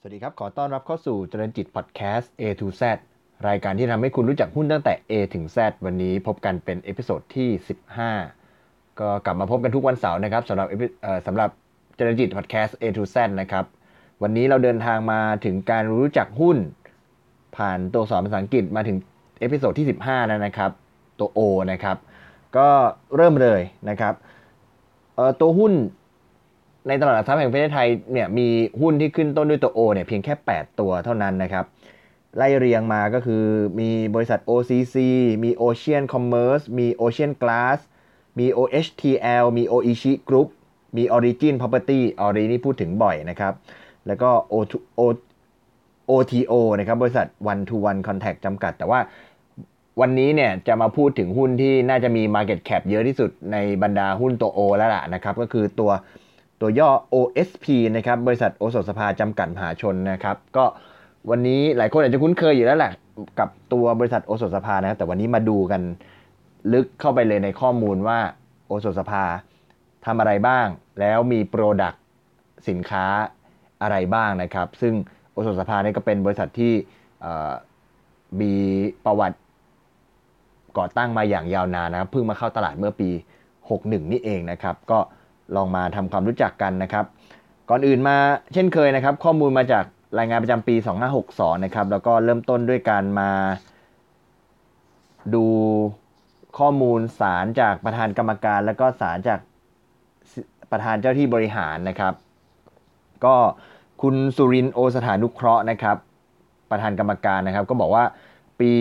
สวัสดีครับขอต้อนรับเข้าสู่เจริญจิตพอดแคสต์ A to Z รายการที่ทำให้คุณรู้จักหุ้นตั้งแต่ A ถึง Z วันนี้พบกันเป็นเอพิโซดที่15ก็กลับมาพบกันทุกวันเสาร์นะครับสำหรับเจริญจิตพอดแคสต์ A to Z นะครับวันนี้เราเดินทางมาถึงการรู้จักหุ้นผ่านตัวอักษรภาษาอังกฤษมาถึงเอพิโซดที่15แล้วนะครับตัว O นะครับก็เริ่มเลยนะครับตัวหุ้นในตลาดหลักทรัพย์แห่งประเทศไทยเนี่ยมีหุ้นที่ขึ้นต้นด้วยตัว O เนี่ยเพียงแค่8ตัวเท่านั้นนะครับไล่เรียงมาก็คือมีบริษัท OCC มี Ocean Commerce มี Ocean Glass มี OHTL มี Oishi Group มี Origin Property Ori นี่พูดถึงบ่อยนะครับแล้วก็ OTO นะครับบริษัท One to One Contact จำกัดแต่ว่าวันนี้เนี่ยจะมาพูดถึงหุ้นที่น่าจะมี Market Cap เยอะที่สุดในบรรดาหุ้นตัว O แล้วล่ะนะครับก็คือตัวย่อ OSP นะครับบริษัทโอสถสภาจำกัดมหาชนนะครับก็วันนี้หลายคนอาจจะคุ้นเคยอยู่แล้วแหละกับตัวบริษัทโอสถสภานะครับแต่วันนี้มาดูกันลึกเข้าไปเลยในข้อมูลว่าโอสถสภาทำอะไรบ้างแล้วมีโปรดักต์สินค้าอะไรบ้างนะครับซึ่งโอสถสภาเนี่ยก็เป็นบริษัทที่มีประวัติก่อตั้งมาอย่างยาวนานนะครับเพิ่งมาเข้าตลาดเมื่อปี61นี่เองนะครับก็ลองมาทำความรู้จักกันนะครับก่อนอื่นมาเช่นเคยนะครับข้อมูลมาจากรายงานประจำปี2562นะครับแล้วก็เริ่มต้นด้วยการมาดูข้อมูลสารจากประธานกรรมการแล้วก็สารจากประธานเจ้าที่บริหารนะครับก็คุณสุรินทร์โอสถานุเคราะห์นะครับประธานกรรมการนะครับก็บอกว่าปี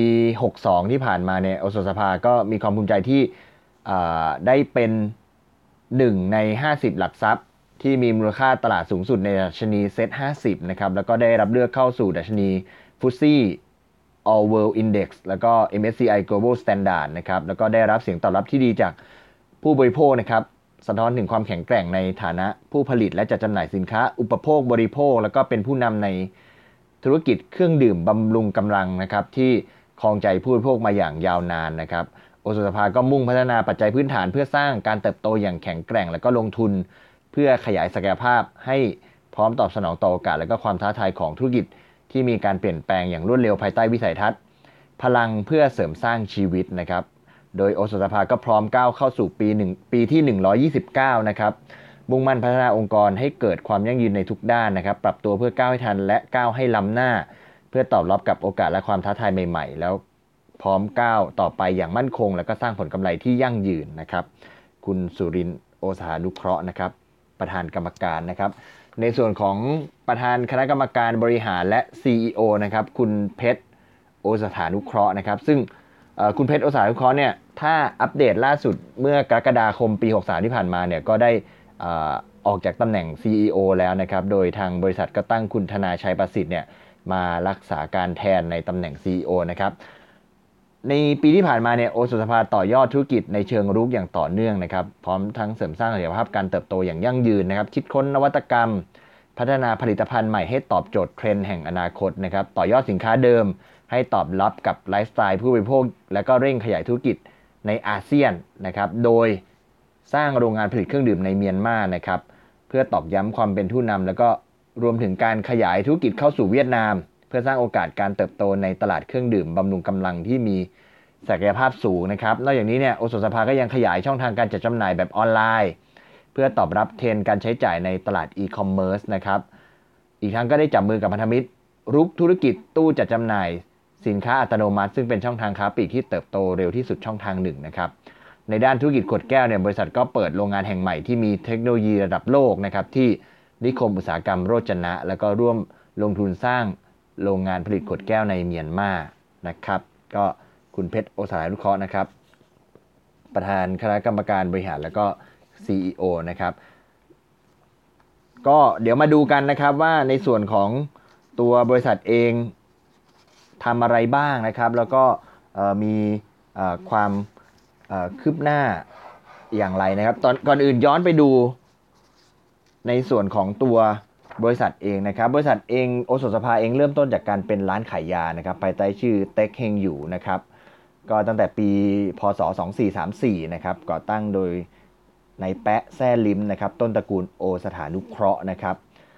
62ที่ผ่านมาเนี่ยโอสถสภาก็มีความภูมิใจที่ได้เป็น1ใน50หลักทรัพย์ที่มีมูลค่าตลาดสูงสุดในดัชนีเซ็ต50นะครับแล้วก็ได้รับเลือกเข้าสู่ดัชนีฟุตซี่ All World Index แล้วก็ MSCI Global Standard นะครับแล้วก็ได้รับเสียงตอบรับที่ดีจากผู้บริโภคนะครับสะท้อนถึงความแข็งแกร่งในฐานะผู้ผลิตและจัดจำหน่ายสินค้าอุปโภคบริโภคแล้วก็เป็นผู้นำในธุรกิจเครื่องดื่มบำรุงกำลังนะครับที่ครองใจผู้บริโภคมาอย่างยาวนานนะครับโอสถสภาก็มุ่งพัฒนาปัจจัยพื้นฐานเพื่อสร้างการเติบโตอย่างแข็งแกร่งและก็ลงทุนเพื่อขยายศักยภาพให้พร้อมตอบสนองต่อโอกาสและก็ความท้าทายของธุรกิจที่มีการเปลี่ยนแปลงอย่างรวดเร็วภายใต้วิสัยทัศน์พลังเพื่อเสริมสร้างชีวิตนะครับโดยโอสถสภาก็พร้อมก้าวเข้าสู่ปีที่129นะครับมุ่งมั่นพัฒนาองค์กรให้เกิดความยั่งยืนในทุกด้านนะครับปรับตัวเพื่อก้าวให้ทันและก้าวให้ล้ำหน้าเพื่อตอบรับกับโอกาสและความท้าทายใหม่ๆแล้วพร้อมก้าวต่อไปอย่างมั่นคงและก็สร้างผลกำไรที่ยั่งยืนนะครับคุณสุรินทร์โอสถานุเคราะห์นะครับประธานกรรมการนะครับในส่วนของประธานคณะกรรมการบริหารและ CEO นะครับคุณเพชรโอสถานุเคราะห์นะครับซึ่งคุณเพชรโอสถานุเคราะห์เนี่ยถ้าอัปเดตล่าสุดเมื่อกรกฎาคมปี63ที่ผ่านมาเนี่ยก็ได้ออกจากตำแหน่ง CEO แล้วนะครับโดยทางบริษัทก็ตั้งคุณธนาชัยประสิทธิ์เนี่ยมารักษาการแทนในตำแหน่ง CEO นะครับในปีที่ผ่านมาเนี่ยโอสถสภาต่อยอดธุรกิจในเชิงรุกอย่างต่อเนื่องนะครับพร้อมทั้งเสริมสร้างศักยภาพการเติบโตอย่างยั่งยืนนะครับคิดค้นนวัตกรรมพัฒนาผลิตภัณฑ์ใหม่ให้ตอบโจทย์เทรนด์แห่งอนาคตนะครับต่อยอดสินค้าเดิมให้ตอบรับกับไลฟ์สไตล์ผู้บริโภคและก็เร่งขยายธุรกิจในอาเซียนนะครับโดยสร้างโรงงานผลิตเครื่องดื่มในเมียนมานะครับเพื่อตอกย้ำความเป็นผู้นำแล้วก็รวมถึงการขยายธุรกิจเข้าสู่เวียดนามเพื่อสร้างโอกาสการเติบโตในตลาดเครื่องดื่มบำรุงกำลังที่มีศักยภาพสูงนะครับนอกจากนี้เนี่ยโอสถสภาก็ยังขยายช่องทางการจัดจำหน่ายแบบออนไลน์เพื่อตอบรับเทรนด์การใช้จ่ายในตลาดอีคอมเมิร์ซนะครับอีกทั้งก็ได้จับมือกับพันธมิตรรุกธุรกิจตู้จัดจำหน่ายสินค้าอัตโนมัติซึ่งเป็นช่องทางค้าปลีกที่เติบโตเร็วที่สุดช่องทางหนึ่งนะครับในด้านธุรกิจขวดแก้วเนี่ยบริษัทก็เปิดโรงงานแห่งใหม่ที่มีเทคโนโลยีระดับโลกนะครับที่นิคมอุตสาหกรรมโรจนะแล้วก็ร่วมลงทุนสร้างโรงงานผลิตขวดแก้วในเมียนมานะครับก็คุณเพชรโอสถานุเคราะห์นะครับประธานคณะกรรมการบริหารแล้วก็ CEO นะครับก็เดี๋ยวมาดูกันนะครับว่าในส่วนของตัวบริษัทเองทำอะไรบ้างนะครับแล้วก็มีความคืบหน้าอย่างไรนะครับก่อนอื่นย้อนไปดูในส่วนของตัวบริษัทเองนะครับบริษัทเองโอสถสภาเองเริ่มต้นจากการเป็นร้านขายยานะครับภายใต้ชื่อเต็กเฮงอยู่นะครับก็ตั้งแต่ปีพศ2434นะครับก่อตั้งโดยนายแปะแซ่ลิมนะครับต้นตระกูลโอสถานุเคราะห์นะครับ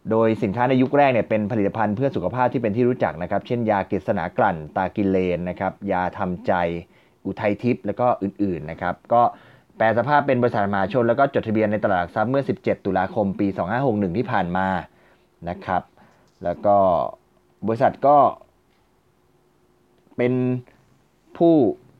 โดยสินค้าในยุคแรกเนี่ยเป็นผลิตภัณฑ์เพื่อสุขภาพที่เป็นที่รู้จักนะครับเช่นยากฤษณากลั่นตากิเลนนะครับยาทำใจอุทัยทิพย์แล้วก็อื่นๆนะครับก็แปลสภาพเป็นบริษัทมหาชนแล้วก็จดทะเบียนในตลาดหลักทรัพย์เมื่อ17ตุลาคมปี2561ที่ผ่านมานะครับแล้วก็บริษัทก็เป็นผู้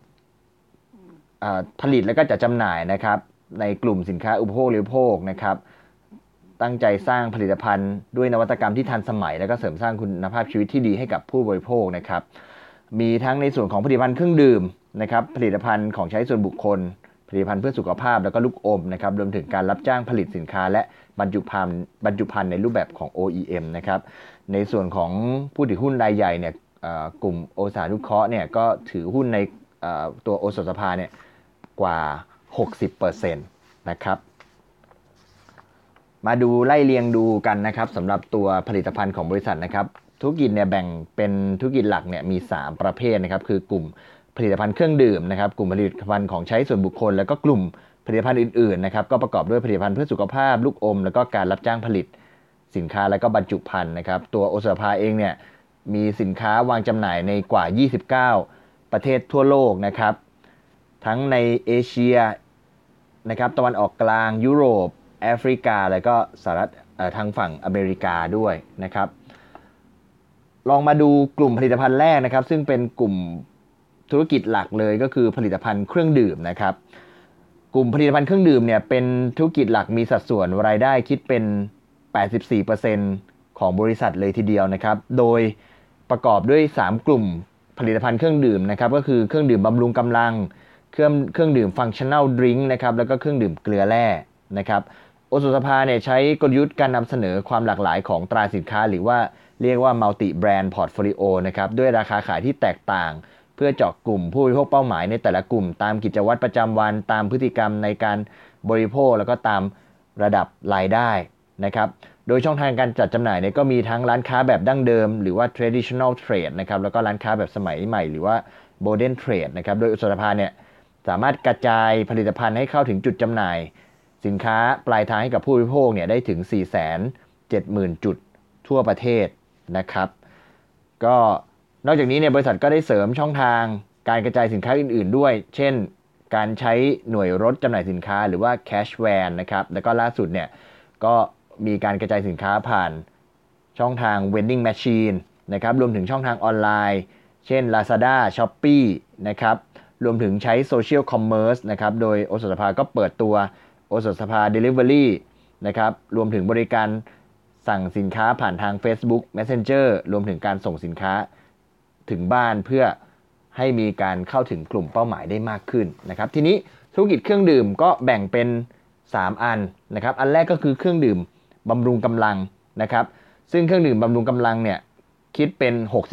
ผลิตและก็จัดจำหน่ายนะครับในกลุ่มสินค้าอุปโภคบริโภคนะครับตั้งใจสร้างผลิตภัณฑ์ด้วยนวัตกรรมที่ทันสมัยและก็เสริมสร้างคุณภาพชีวิตที่ดีให้กับผู้บริโภคนะครับมีทั้งในส่วนของผลิตภัณฑ์เครื่องดื่มนะครับผลิตภัณฑ์ของใช้ส่วนบุคคลผลิตภัณฑ์เพื่อสุขภาพแล้วก็ลูกอมนะครับรวมถึงการรับจ้างผลิตสินค้าและบรรจุภัณฑ์ในรูปแบบของ OEM นะครับในส่วนของผู้ถือหุ้นรายใหญ่เนี่ยกลุ่มโอสถสนุเคราะห์เนี่ยก็ถือหุ้นในตัวโอสถสภาเนี่ยกว่า 60% นะครับมาดูไล่เรียงดูกันนะครับสำหรับตัวผลิตภัณฑ์ของบริษัทนะครับธุรกิจเนี่ยแบ่งเป็นธุรกิจหลักเนี่ยมี3ประเภทนะครับคือกลุ่มผลิตภัณฑ์เครื่องดื่มนะครับกลุ่มผลิตภัณฑ์ของใช้ส่วนบุคคลแล้วก็กลุ่มผลิตภัณฑ์อื่นๆนะครับก็ประกอบด้วยผลิตภัณฑ์เพื่อสุขภาพลูกอมแล้วก็การรับจ้างผลิตสินค้าแล้วก็บรรจุภัณฑ์นะครับตัวโอสถสภาเองเนี่ยมีสินค้าวางจำหน่ายในกว่า29ประเทศทั่วโลกนะครับทั้งในเอเชียนะครับตะวันออกกลางยุโรปแอฟริกาแล้วก็สหรัฐทางฝั่งอเมริกาด้วยนะครับลองมาดูกลุ่มผลิตภัณฑ์แรกนะครับซึ่งเป็นกลุ่มธุรกิจหลักเลยก็คือผลิตภัณฑ์เครื่องดื่มนะครับกลุ่มผลิตภัณฑ์เครื่องดื่มเนี่ยเป็นธุรกิจหลักมีสัดส่วนรายได้คิดเป็น 84% ของบริษัทเลยทีเดียวนะครับโดยประกอบด้วย3กลุ่มผลิตภัณฑ์เครื่องดื่มนะครับก็คือเครื่องดื่มบำรุงกำลังเครื่องดื่มฟังชั่นแนลดริงก์นะครับแล้วก็เครื่องดื่มเกลือแร่นะครับโอสถสภาเนี่ยใช้กลยุทธ์การนำเสนอความหลากหลายของตราสินค้าหรือว่าเรียกว่า multi brand portfolio นะครับด้วยราคาขายที่แตกต่างเพื่อเจาะกลุ่มผู้บริโภคเป้าหมายในแต่ละกลุ่มตามกิจวัตรประจำวันตามพฤติกรรมในการบริโภคแล้วก็ตามระดับรายได้นะครับโดยช่องทางการจัดจำหน่ายเนี่ยก็มีทั้งร้านค้าแบบดั้งเดิมหรือว่า traditional trade นะครับแล้วก็ร้านค้าแบบสมัยใหม่หรือว่า modern trade นะครับโดยโอสถสภาเนี่ยสามารถกระจายผลิตภัณฑ์ให้เข้าถึงจุดจำหน่ายสินค้าปลายทางให้กับผู้บริโภคเนี่ยได้ถึง 470,000 จุดทั่วประเทศนะครับก็นอกจากนี้เนี่ยบริษัทก็ได้เสริมช่องทางการกระจายสินค้าอื่นๆด้วยเช่นการใช้หน่วยรถจำหน่ายสินค้าหรือว่า cash van นะครับแล้วก็ล่าสุดเนี่ยก็มีการกระจายสินค้าผ่านช่องทาง vending machine นะครับรวมถึงช่องทางออนไลน์เช่น Lazada Shopee นะครับรวมถึงใช้ social commerce นะครับโดยโอสถสภาก็เปิดตัวโอสถสภา Delivery นะครับรวมถึงบริการสั่งสินค้าผ่านทาง Facebook Messenger รวมถึงการส่งสินค้าถึงบ้านเพื่อให้มีการเข้าถึงกลุ่มเป้าหมายได้มากขึ้นนะครับทีนี้ธุรกิจเครื่องดื่มก็แบ่งเป็น3อันนะครับอันแรกก็คือเครื่องดื่มบำรุงกำลังนะครับซึ่งเครื่องดื่มบำรุงกำลังเนี่ยคิดเป็น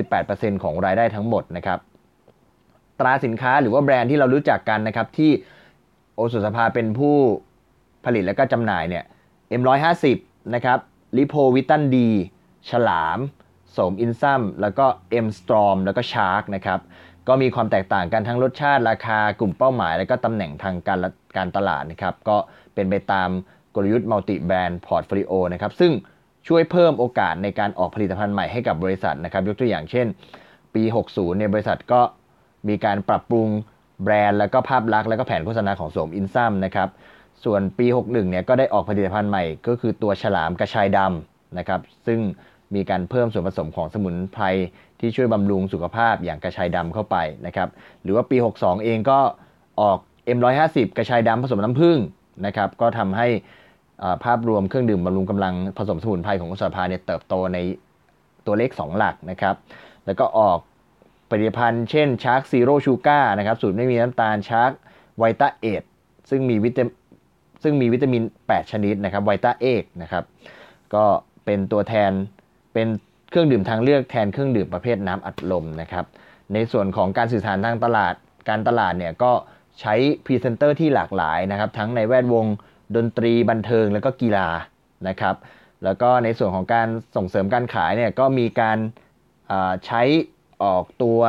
68% ของรายได้ทั้งหมดนะครับตราสินค้าหรือว่าแบรนด์ที่เรารู้จักกันนะครับที่โอสถสภาเป็นผู้ผลิตและก็จำหน่ายเนี่ย M150 นะครับลิโพวิตันดีฉลามโสมอินซัมแล้วก็ M Storm แล้วก็ Shark นะครับก็มีความแตกต่างกันทั้งรสชาติราคากลุ่มเป้าหมายและก็ตำแหน่งทางการตลาดนะครับก็เป็นไปตามกลยุทธ์ Multi Brand Portfolio นะครับซึ่งช่วยเพิ่มโอกาสในการออกผลิตภัณฑ์ใหม่ให้กับบริษัทนะครับยกตัวอย่างเช่นปี 60เนี่ยบริษัทก็มีการปรับปรุงแบรนด์แล้วก็ภาพลักษณ์แล้วก็แผนโฆษณาของโสมอินซัมนะครับส่วนปี 61เนี่ยก็ได้ออกผลิตภัณฑ์ใหม่ก็คือตัวฉลามกระชายดำนะครับซึ่งมีการเพิ่มส่วนผสมของสมุนไพรที่ช่วยบำรุงสุขภาพอย่างกระชายดำเข้าไปนะครับหรือว่าปี 62 เองก็ออก M150 กระชายดำผสมน้ำผึ้งนะครับก็ทำให้ภาพรวมเครื่องดื่มบำรุงกำลังผสมสมุนไพรของโอสถสภาเนี่ยเติบโตในตัวเลข2หลักนะครับแล้วก็ออกผลิตภัณฑ์เช่นชาร์กซีโร่ชูการ์นะครับสูตรไม่มีน้ำตาลชาร์กไวต้าเอทซึ่งมีวิตามิน8ชนิดนะครับไวต้าเอกนะครับก็เป็นตัวแทนเป็นเครื่องดื่มทางเลือกแทนเครื่องดื่มประเภทน้ำอัดลมนะครับในส่วนของการสื่อสารทางตลาดเนี่ยก็ใช้พรีเซนเตอร์ที่หลากหลายนะครับทั้งในแวดวงดนตรีบันเทิงแล้วก็กีฬานะครับแล้วก็ในส่วนของการส่งเสริมการขายเนี่ยก็มีการใช้ออกตัว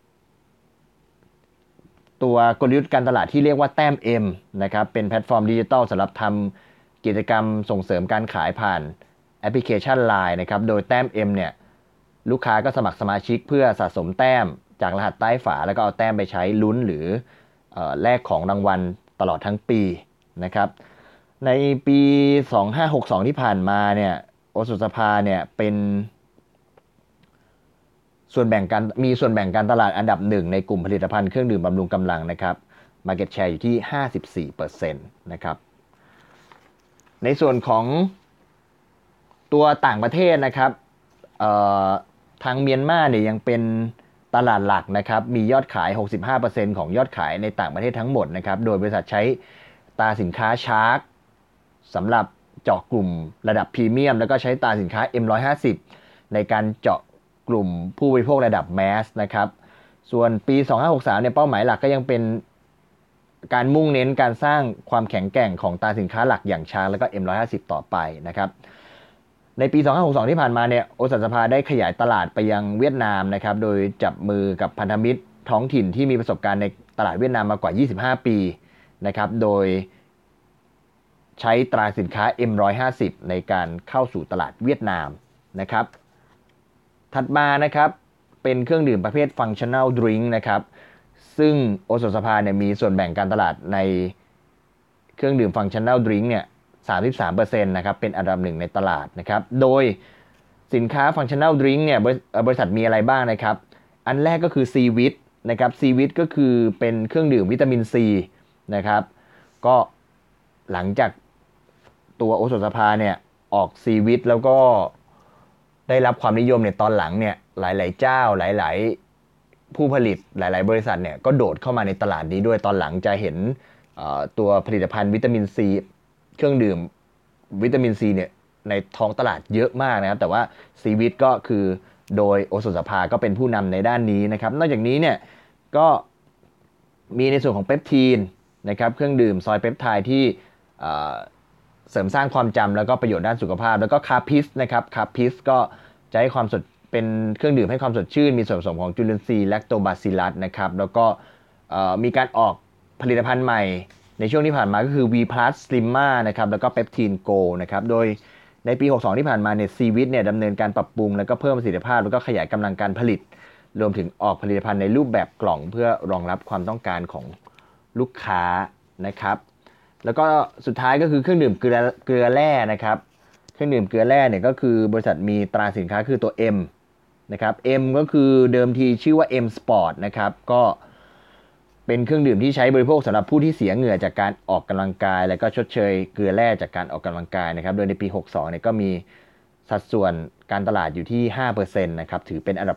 กลยุทธ์การตลาดที่เรียกว่าแต้ม M นะครับเป็นแพลตฟอร์มดิจิทัลสำหรับทำกิจกรรมส่งเสริมการขายผ่านแอปพลิเคชัน LINE นะครับโดยแต้ม M เนี่ยลูกค้าก็สมัครสมาชิกเพื่อสะสมแต้มจากรหัสใต้ฝาแล้วก็เอาแต้มไปใช้ลุ้นหรือแลกของรางวัลตลอดทั้งปีนะครับในปี 2562 ที่ผ่านมาเนี่ยโอสถสภาเนี่ยเป็นมีส่วนแบ่งการตลาดอันดับหนึ่งในกลุ่มผลิตภัณฑ์เครื่องดื่มบำรุงกำลังนะครับ Market Share อยู่ที่ 54% นะครับในส่วนของตัวต่างประเทศนะครับทางเมียนมาเนี่ยยังเป็นตลาดหลักนะครับมียอดขาย 65% ของยอดขายในต่างประเทศทั้งหมดนะครับโดยบริษัทใช้ตราสินค้าชาร์กสำหรับเจาะกลุ่มระดับพรีเมียมแล้วก็ใช้ตราสินค้า M150 ในการเจาะกลุ่มผู้บริโภคระดับแมสนะครับส่วนปี 2563เนี่ยเป้าหมายหลักก็ยังเป็นการมุ่งเน้นการสร้างความแข็งแกร่งของตราสินค้าหลักอย่างชาร์กแล้วก็ M150 ต่อไปนะครับในปี 2562 ที่ผ่านมาเนี่ยโอสถสภาได้ขยายตลาดไปยังเวียดนามนะครับโดยจับมือกับพันธมิตรท้องถิ่นที่มีประสบการณ์ในตลาดเวียดนามมากว่า 25 ปีนะครับโดยใช้ตราสินค้า M150 ในการเข้าสู่ตลาดเวียดนามนะครับถัดมานะครับเป็นเครื่องดื่มประเภท Functional Drink นะครับซึ่งโอสถสภาเนี่ยมีส่วนแบ่งการตลาดในเครื่องดื่ม Functional Drink เนี่ย33% นะครับเป็นอันดับหนึ่งในตลาดนะครับโดยสินค้า Functional Drink เนี่ยบริษัทมีอะไรบ้างนะครับอันแรกก็คือ C-Vit นะครับ C-Vit ก็คือเป็นเครื่องดื่มวิตามิน C นะครับก็หลังจากตัวโอสถสภาเนี่ยออก C-Vit แล้วก็ได้รับความนิยมเนี่ยตอนหลังเนี่ยหลายๆเจ้าหลายๆผู้ผลิตหลายๆบริษัทเนี่ยก็โดดเข้ามาในตลาดนี้ด้วยตอนหลังจะเห็นตัวผลิตภัณฑ์วิตามิน Cเครื่องดื่มวิตามินซีเนี่ยในท้องตลาดเยอะมากนะครับแต่ว่าซีวิตก็คือโดยโอสถสภาก็เป็นผู้นำในด้านนี้นะครับนอกจากนี้เนี่ยก็มีในส่วนของเปปทีนนะครับเครื่องดื่มซอยเปปไทด์ที่เสริมสร้างความจำแล้วก็ประโยชน์ด้านสุขภาพแล้วก็คาพิสนะครับคาพิสก็จะให้ความสดเป็นเครื่องดื่มให้ความสดชื่นมีส่วนผสมของจุลินทรีย์แลคโตบาซิลลัสนะครับแล้วก็มีการออกผลิตภัณฑ์ใหม่ในช่วงที่ผ่านมาก็คือ V Plus Slimma นะครับแล้วก็ Peptine Go นะครับโดยในปี 62 ที่ผ่านมาเนี่ย C-Vit เนี่ยดำเนินการปรับปรุงแล้วก็เพิ่มประสิทธิภาพแล้วก็ขยายกำลังการผลิตรวมถึงออกผลิตภัณฑ์ในรูปแบบกล่องเพื่อรองรับความต้องการของลูกค้านะครับแล้วก็สุดท้ายก็คือเครื่องดื่มเกลือแร่นะครับเครื่องดื่มเกลือแร่เนี่ยก็คือบริษัทมีตราสินค้าคือตัว M นะครับ M ก็คือเดิมทีชื่อว่า M Sport นะครับก็เป็นเครื่องดื่มที่ใช้บริโภคสำหรับผู้ที่เสียเหงื่อจากการออกกำลังกายแล้วก็ชดเชยเกลือแร่จากการออกกำลังกายนะครับโดยในปี 62 เนี่ยก็มีสัดส่วนการตลาดอยู่ที่ 5% นะครับถือเป็นอันดับ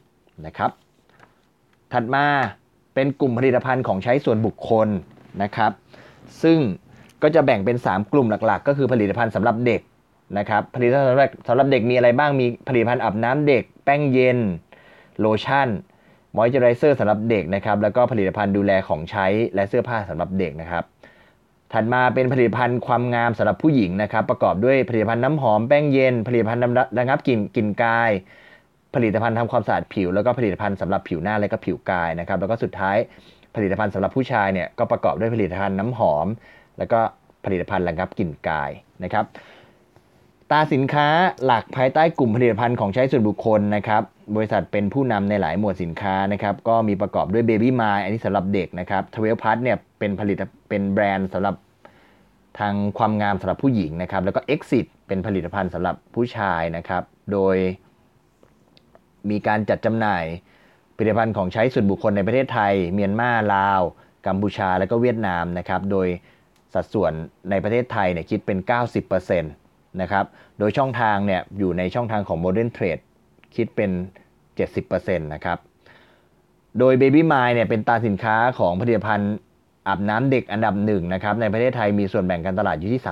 2 นะครับถัดมาเป็นกลุ่มผลิตภัณฑ์ของใช้ส่วนบุคคลนะครับซึ่งก็จะแบ่งเป็น 3 กลุ่มหลักๆก็คือผลิตภัณฑ์สำหรับเด็กนะครับผลิตภัณฑ์สำหรับเด็กมีอะไรบ้างมีผลิตภัณฑ์อาบน้ำเด็กแป้งเย็นโลชั่นมอยเจอไรเซอร์สำหรับเด็กนะครับแล้วก็ผลิตภัณฑ์ดูแลของใช้และเสื้อผ้าสำหรับเด็กนะครับถัดมาเป็นผลิตภัณฑ์ความงามสำหรับผู้หญิงนะครับประกอบด้วยผลิตภัณฑ์น้ำหอมแป้งเย็นผลิตภัณฑ์ระงับกลิ่นกายผลิตภัณฑ์ทำความสะอาดผิวแล้วก็ผลิตภัณฑ์สำหรับผิวหน้าและก็ผิวกายนะครับแล้วก็สุดท้ายผลิตภัณฑ์สำหรับผู้ชายเนี่ยก็ประกอบด้วยผลิตภัณฑ์น้ำหอมแล้วก็ผลิตภัณฑ์ระงับกลิ่นกายนะครับตราสินค้าหลักภายใต้กลุ่มผลิตภัณฑ์ของใช้ส่วนบุคคลนะครับบริษัทเป็นผู้นำในหลายหมวดสินค้านะครับก็มีประกอบด้วย Baby Mile อันนี้สำหรับเด็กนะครับ12 Plus เนี่ยเป็นแบรนด์สำหรับทางความงามสำหรับผู้หญิงนะครับแล้วก็ Exit เป็นผลิตภัณฑ์สำหรับผู้ชายนะครับโดยมีการจัดจำหน่ายผลิตภัณฑ์ของใช้ส่วนบุคคลในประเทศไทยเมียนมาลาวกัมพูชาและก็เวียดนามนะครับโดยสัดส่วนในประเทศไทยเนี่ยคิดเป็น 90%นะครับโดยช่องทางเนี่ยอยู่ในช่องทางของ Modern Trade คิดเป็น 70% นะครับโดย Baby Mile เนี่ยเป็นตราสินค้าของผลิตภัณฑ์อาบน้ำเด็กอันดับ1นะครับในประเทศไทยมีส่วนแบ่งการตลาดอยู่ที่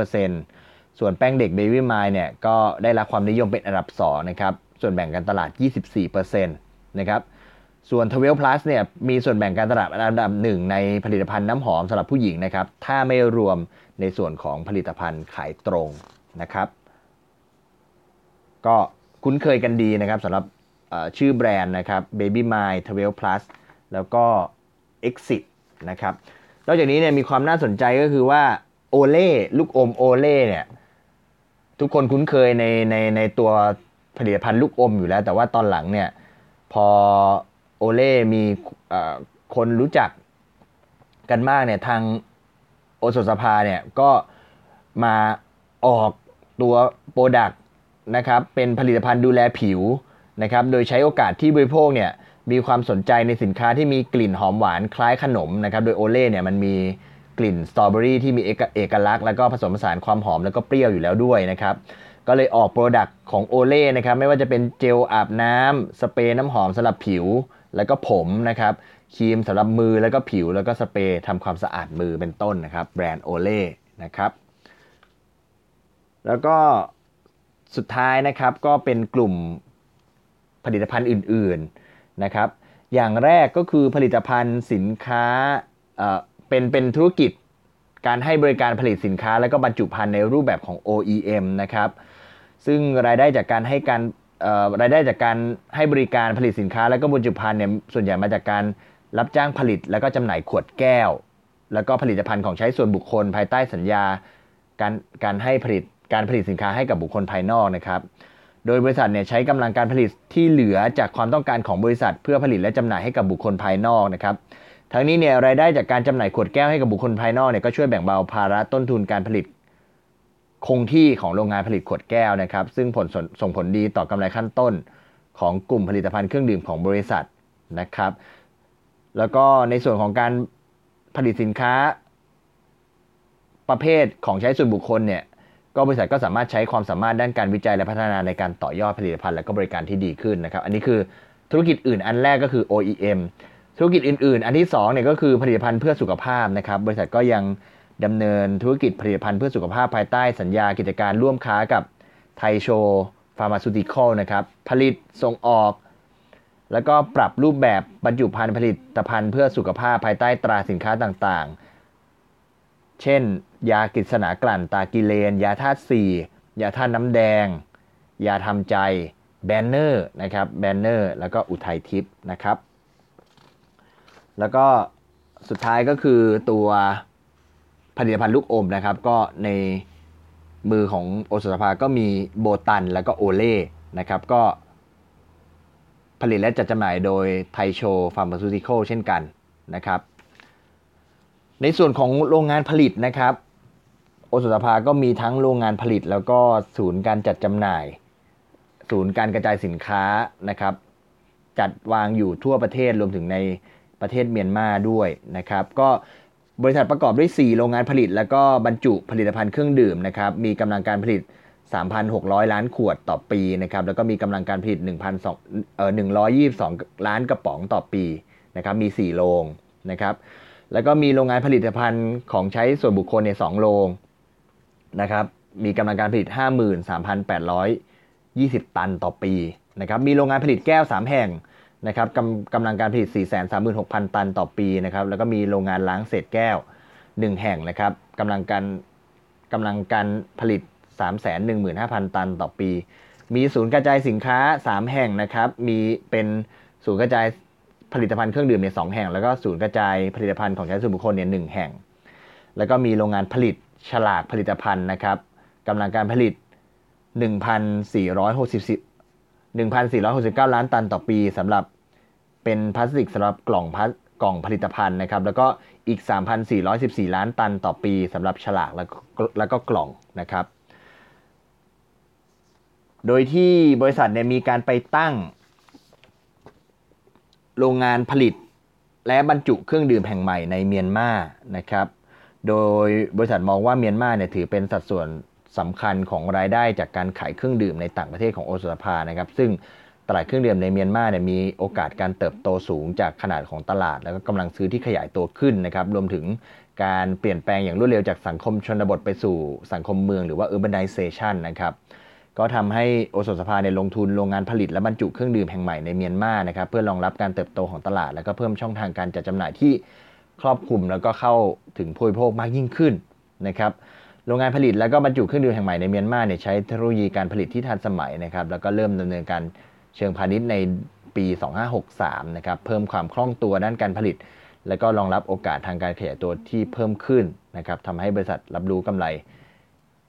35% ส่วนแป้งเด็ก Baby Mile เนี่ยก็ได้รับความนิยมเป็นอันดับ2นะครับส่วนแบ่งการตลาด 24% นะครับส่วน12 plus เนี่ยมีส่วนแบ่งการตลาดอันดับ1ในผลิตภัณฑ์น้ำหอมสำหรับผู้หญิงนะครับถ้าไม่รวมในส่วนของผลิตภัณฑ์ขายตรงนะครับก็คุ้นเคยกันดีนะครับสำหรับชื่อแบรนด์นะครับ Baby Mile 12 plus แล้วก็ Exit นะครับนอกจากนี้เนี่ยมีความน่าสนใจก็คือว่าโอเล่ลูกอมโอเล่เนี่ยทุกคนคุ้นเคยในตัวผลิตภัณฑ์ลูกอมอยู่แล้ว แต่ว่าตอนหลังเนี่ยพอโอเล่มีคนรู้จักกันมากเนี่ยทางโอสถสภาเนี่ยก็มาออกตัวโปรดักต์นะครับเป็นผลิตภัณฑ์ดูแลผิวนะครับโดยใช้โอกาสที่บริโภคเนี่ยมีความสนใจในสินค้าที่มีกลิ่นหอมหวานคล้ายขนมนะครับโดยโอเล่เนี่ยมันมีกลิ่นสตรอเบอรี่ที่มีเอกลักษณ์แล้วก็ผสมผสานความหอมแล้วก็เปรี้ยวอยู่แล้วด้วยนะครับก็เลยออกโปรดักต์ของโอเล่นะครับไม่ว่าจะเป็นเจลอาบน้ำสเปรย์น้ำหอมสำหรับผิวแล้วก็ผมนะครับครีมสำหรับมือแล้วก็ผิวแล้วก็สเปรย์ทำความสะอาดมือเป็นต้นนะครับแบรนด์โอเล่นะครับแล้วก็สุดท้ายนะครับก็เป็นกลุ่มผลิตภัณฑ์อื่นๆนะครับอย่างแรกก็คือผลิตภัณฑ์สินค้าเป็นธุรกิจการให้บริการผลิตสินค้าและก็บรรจุภัณฑ์ในรูปแบบของ OEM นะครับซึ่งรายได้จากการให้บริการผลิตสินค้าและก็บรรจุภัณฑ์เนี่ยส่วนใหญ่มาจากการรับจ้างผลิตแล้วก็จำหน่ายขวดแก้วแล้วก็ผลิตภัณฑ์ของใช้ส่วนบุคคลภายใต้สัญญาการผลิตสินค้าให้กับบุคคลภายนอกนะครับโดยบริษัทเนี่ยใช้กำลังการผลิตที่เหลือจากความต้องการของบริษัทเพื่อผลิตและจำหน่ายให้กับบุคคลภายนอกนะครับทั้งนี้เนี่ยรายได้จากการจำหน่ายขวดแก้วให้กับบุคคลภายนอกเนี่ยก็ช่วยแบ่งเบาภาระต้นทุนการผลิตคงที่ของโรงงานผลิตขวดแก้วนะครับซึ่งส่งผลดีต่อกำไรขั้นต้นของกลุ่มผลิตภัณฑ์เครื่องดื่มของบริษัทนะครับแล้วก็ในส่วนของการผลิตสินค้าประเภทของใช้ส่วนบุคคลเนี่ยก็บริษัทก็สามารถใช้ความสามารถด้านการวิจัยและพัฒนาในการต่อยอดผลิตภัณฑ์และก็บริการที่ดีขึ้นนะครับอันนี้คือธุรกิจอื่นอันแรกก็คือ OEM ธุรกิจอื่นๆอันที่2เนี่ยก็คือผลิตภัณฑ์เพื่อสุขภาพนะครับบริษัทก็ยังดำเนินธุรกิจผลิตภัณฑ์เพื่อสุขภาพภายใต้สัญญากิจการร่วมค้ากับไทโชฟาร์มาซูติคอลนะครับผลิตส่งออกแล้วก็ปรับรูปแบบบรรจุภัณฑ์ผลิตภัณฑ์เพื่อสุขภาพภายใต้ตราสินค้าต่างๆเช่นยากฤษณากลั่นตากิเลนยาธาตุ4ยาธาตุน้ำแดงยาทำใจแบนเนอร์นะครับแบนเนอร์แล้วก็อุทัยทิพย์นะครับแล้วก็สุดท้ายก็คือตัวผลิตภัณฑ์ลูกอมนะครับก็ในมือของโอสถสภาก็มีโบตันแล้วก็โอเล่นะครับก็ผลิตและจัดจำหน่ายโดยไทโชฟาร์มาซูติคอลเช่นกันนะครับในส่วนของโรงงานผลิตนะครับโอสถสภาก็มีทั้งโรงงานผลิตแล้วก็ศูนย์การจัดจำหน่ายศูนย์การกระจายสินค้านะครับจัดวางอยู่ทั่วประเทศรวมถึงในประเทศเมียนมาด้วยนะครับก็บริษัทประกอบด้วย4โรงงานผลิตแล้วก็บรรจุผลิตภัณฑ์เครื่องดื่มนะครับมีกำลังการผลิต 3,600 ล้านขวดต่อปีนะครับแล้วก็มีกำลังการผลิต122 ล้านกระป๋องต่อปีนะครับมี4โรงนะครับแล้วก็มีโรงงานผลิตภัณฑ์ของใช้ส่วนบุคคลใน2โรงนะครับมีกำลังการผลิต 53,820 ตันต่อปีนะครับมีโรงงานผลิตแก้ว3แห่งนะครับกำลังการผลิต 436,000 ตันต่อปีนะครับแล้วก็มีโรงงานล้างเศษแก้ว1แห่งนะครับกำลังการผลิต 315,000 ตันต่อปีมีศูนย์กระจายสินค้า3แห่งนะครับมีเป็นศูนย์กระจายผลิตภัณฑ์เครื่องดื่มใน2แห่งแล้วก็ศูนย์กระจายผลิตภัณฑ์ของใช้ส่วนบุคคลเนี่ย1แห่งแล้วก็มีโรงงานผลิตฉลากผลิตภัณฑ์นะครับกำลังการผลิต 1,469 ล้านตันต่อปีสำหรับเป็นพลาสติกสำหรับกล่องผลิตภัณฑ์นะครับแล้วก็อีก 3,414 ล้านตันต่อปีสำหรับฉลากแล้วก็กล่องนะครับโดยที่บริษัทเนี่ยมีการไปตั้งโรงงานผลิตและบรรจุเครื่องดื่มแห่งใหม่ในเมียนมานะครับโดยบริษัทมองว่าเมียนมาเนี่ยถือเป็นสัดส่วนสำคัญของรายได้จากการขายเครื่องดื่มในต่างประเทศของโอสถสภานะครับซึ่งตลาดเครื่องดื่มในเมียนมาเนี่ยมีโอกาสการเติบโตสูงจากขนาดของตลาดแล้วก็กำลังซื้อที่ขยายตัวขึ้นนะครับรวมถึงการเปลี่ยนแปลงอย่างรวดเร็วจากสังคมชนบทไปสู่สังคมเมืองหรือว่า urbanization นะครับก็ทำให้โอสถสภาเนี่ยลงทุนโรงงานผลิตและบรรจุเครื่องดื่มแห่งใหม่ในเมียนมานะครับเพื่อรองรับการเติบโตของตลาดแล้วก็เพิ่มช่องทางการจัดจำหน่ายที่ครอบคลุมแล้วก็เข้าถึงผู้บริโภคมากยิ่งขึ้นนะครับโรงงานผลิตแล้วก็บรรจุเครื่องดื่มแห่งใหม่ในเมียนมาเนี่ยใช้เทคโนโลยีการผลิตที่ทันสมัยนะครับแล้วก็เริ่มดำเนินการเชิงพาณิชย์ในปี 2563 นะครับเพิ่มความคล่องตัวด้านการผลิตและก็รองรับโอกาสทางการขยายตัวที่เพิ่มขึ้นนะครับทำให้บริษัทรับรู้กำไร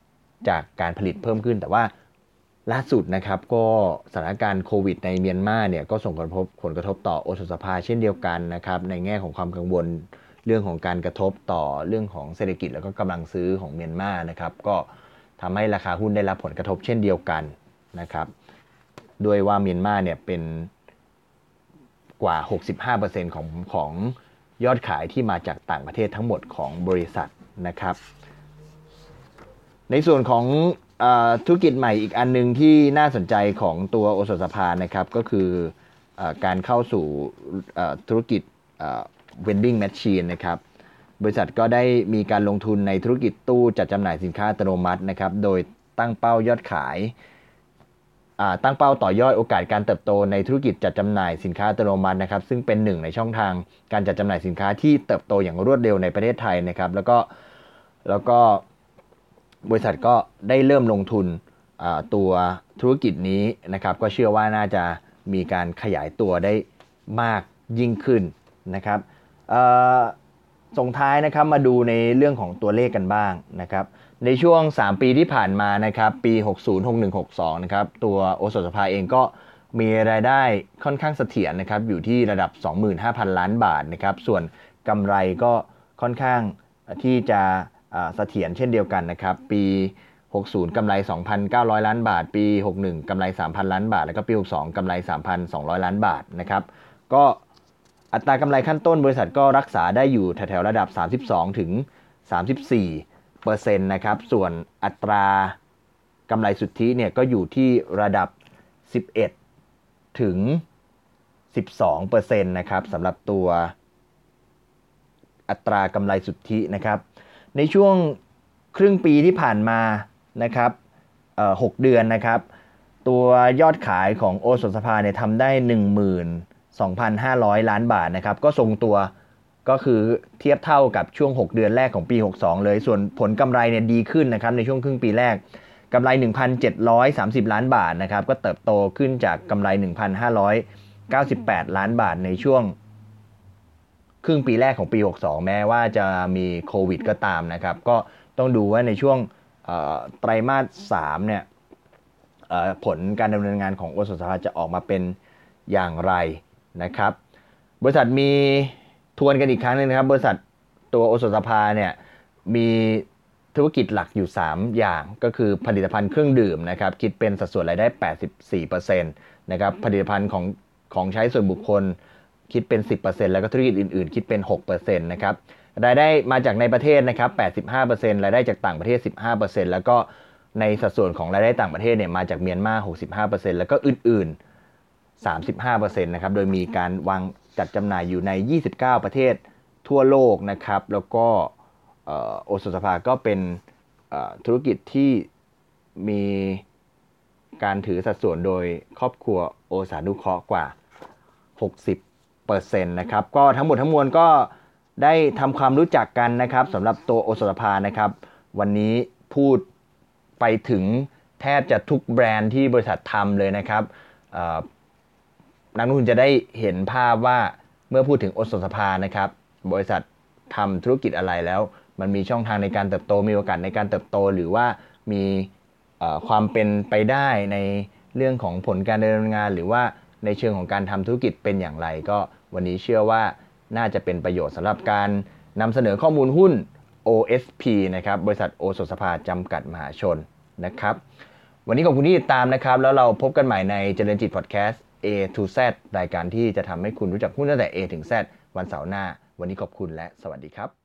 จากการผลิตเพิ่มขึ้นแต่ว่าล่าสุดนะครับก็สถานการณ์โควิดในเมียนมาเนี่ยก็ส่งผลกระทบต่อโอสถสภาเช่นเดียวกันนะครับในแง่ของความกังวลเรื่องของการกระทบต่อเรื่องของเศรษฐกิจแล้วก็กำลังซื้อของเมียนมานะครับก็ทำให้ราคาหุ้นได้รับผลกระทบเช่นเดียวกันนะครับด้วยว่าเมียนมาเนี่ยเป็นกว่า 65% ของยอดขายที่มาจากต่างประเทศทั้งหมดของบริษัทนะครับในส่วนของธุรกิจใหม่อีกอันนึงที่น่าสนใจของตัวโอสถสภานะครับก็คือการเข้าสู่ธุรกิจvending machine นะครับบริษัทก็ได้มีการลงทุนในธุรกิจตู้จัดจำหน่ายสินค้าอัตโนมัตินะครับโดยตั้งเป้ายอดขายตั้งเป้าต่อยอดโอกาสการเติบโตในธุรกิจจัดจำหน่ายสินค้าอัตโนมัตินะครับซึ่งเป็นหนึ่งในช่องทางการจัดจำหน่ายสินค้าที่เติบโตอย่างรวดเร็วในประเทศไทยนะครับแล้วก็บริษัทก็ได้เริ่มลงทุนตัวธุรกิจนี้นะครับก็เชื่อว่าน่าจะมีการขยายตัวได้มากยิ่งขึ้นนะครับส่งท้ายนะครับมาดูในเรื่องของตัวเลขกันบ้างนะครับในช่วง3ปีที่ผ่านมานะครับปี60 61 62นะครับตัวโอสถสภาเองก็มีรายได้ค่อนข้างเสถียรนะครับอยู่ที่ระดับ 25,000 ล้านบาทนะครับส่วนกำไรก็ค่อนข้างที่จะเสถียรเช่นเดียวกันนะครับปี60กำไร 2,900 ล้านบาทปี61กำไร 3,000 ล้านบาทแล้วก็ปี62กำไร 3,200 ล้านบาทนะครับก็อัตรากำไรขั้นต้นบริษัทก็รักษาได้อยู่แถวๆระดับ 32 ถึง 34% นะครับส่วนอัตรากำไรสุทธิเนี่ยก็อยู่ที่ระดับ 11 ถึง 12% นะครับสำหรับตัวอัตรากำไรสุทธินะครับในช่วงครึ่งปีที่ผ่านมานะครับ6 เดือนนะครับตัวยอดขายของโอสถสภาเนี่ยทำได้ 12,500 ล้านบาทนะครับก็ทรงตัวก็คือเทียบเท่ากับช่วง6 เดือนแรกของปี62เลยส่วนผลกำไรเนี่ยดีขึ้นนะครับในช่วงครึ่งปีแรกกำไร 1,730 ล้านบาทนะครับก็เติบโตขึ้นจากกำไร 1,598 ล้านบาทในช่วงครึ่งปีแรกของปี62แม้ว่าจะมีโควิดก็ตามนะครับก็ต้องดูว่าในช่วงไตรมาส3เนี่ยผลการดำเนินงานของโอสถสภาจะออกมาเป็นอย่างไรนะครับบริษัทมีทวนกันอีกครั้งนึงนะครับบริษัทตัวโอสถสภาเนี่ยมีธุรกิจหลักอยู่3อย่างก็คือผลิตภัณฑ์เครื่องดื่มนะครับคิดเป็นสัดส่วนรายได้ 84% นะครับผลิตภัณฑ์ของใช้ส่วนบุคคลคิดเป็น 10% แล้วก็ธุรกิจอื่นๆคิดเป็น 6% นะครับรายได้มาจากในประเทศนะครับ 85% รายได้จากต่างประเทศ 15% แล้วก็ในสัดส่วนของรายได้ต่างประเทศเนี่ยมาจากเมียนมา 65% แล้วก็อื่นๆ 35% นะครับโดยมีการวางจัดจำหน่ายอยู่ใน29ประเทศทั่วโลกนะครับแล้วก็โอสถสภาก็เป็นธุรกิจที่มีการถือสัดส่วนโดยครอบครัวโอสถสนุเคราะห์กว่า 60% นะครับก็ทั้งหมดทั้งมวลก็ได้ทำความรู้จักกันนะครับสำหรับตัวโอสถสภานะครับวันนี้พูดไปถึงแทบจะทุกแบรนด์ที่บริษัททำเลยนะครับนักลงทุนจะได้เห็นภาพว่าเมื่อพูดถึงโอสถสภานะครับบริษัททำธุรกิจอะไรแล้วมันมีช่องทางในการเติบโตมีโอกาสในการเติบโตหรือว่ามีความเป็นไปได้ในเรื่องของผลการดำเนินงานหรือว่าในเชิงของการทำธุรกิจเป็นอย่างไรก็วันนี้เชื่อว่าน่าจะเป็นประโยชน์สำหรับการนำเสนอข้อมูลหุ้น OSP นะครับบริษัทโอสถสภาจำกัดมหาชนนะครับวันนี้ขอบคุณที่ติดตามนะครับแล้วเราพบกันใหม่ในเจริญจิตพอดแคสต์ A to Z รายการที่จะทำให้คุณรู้จักหุ้นตั้งแต่ A ถึง Z วันเสาร์หน้าวันนี้ขอบคุณและสวัสดีครับ